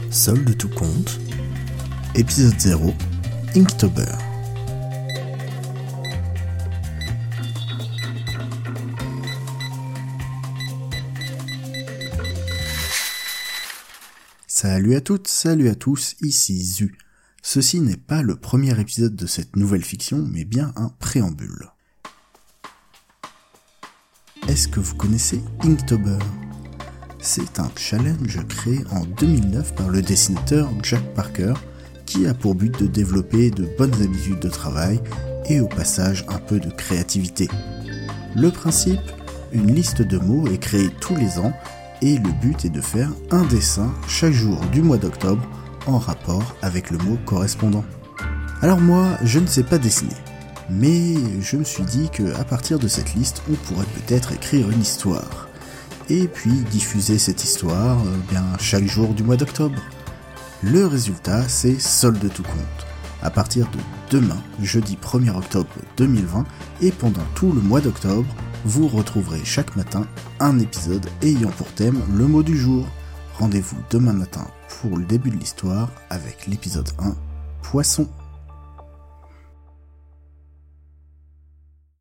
Solde de tout compte, épisode 0, Inktober. Salut à toutes, salut à tous, ici Zu. Ceci n'est pas le premier épisode de cette nouvelle fiction, mais bien un préambule. Est-ce que vous connaissez Inktober ? C'est un challenge créé en 2009 par le dessinateur Jack Parker, qui a pour but de développer de bonnes habitudes de travail et au passage un peu de créativité. Le principe, une liste de mots est créée tous les ans et le but est de faire un dessin chaque jour du mois d'octobre en rapport avec le mot correspondant. Alors moi, je ne sais pas dessiner, mais je me suis dit qu'à partir de cette liste, on pourrait peut-être écrire une histoire. Et puis diffuser cette histoire chaque jour du mois d'octobre. Le résultat, c'est Solde de tout compte. À partir de demain, jeudi 1er octobre 2020, et pendant tout le mois d'octobre, vous retrouverez chaque matin un épisode ayant pour thème le mot du jour. Rendez-vous demain matin pour le début de l'histoire avec l'épisode 1, Poisson.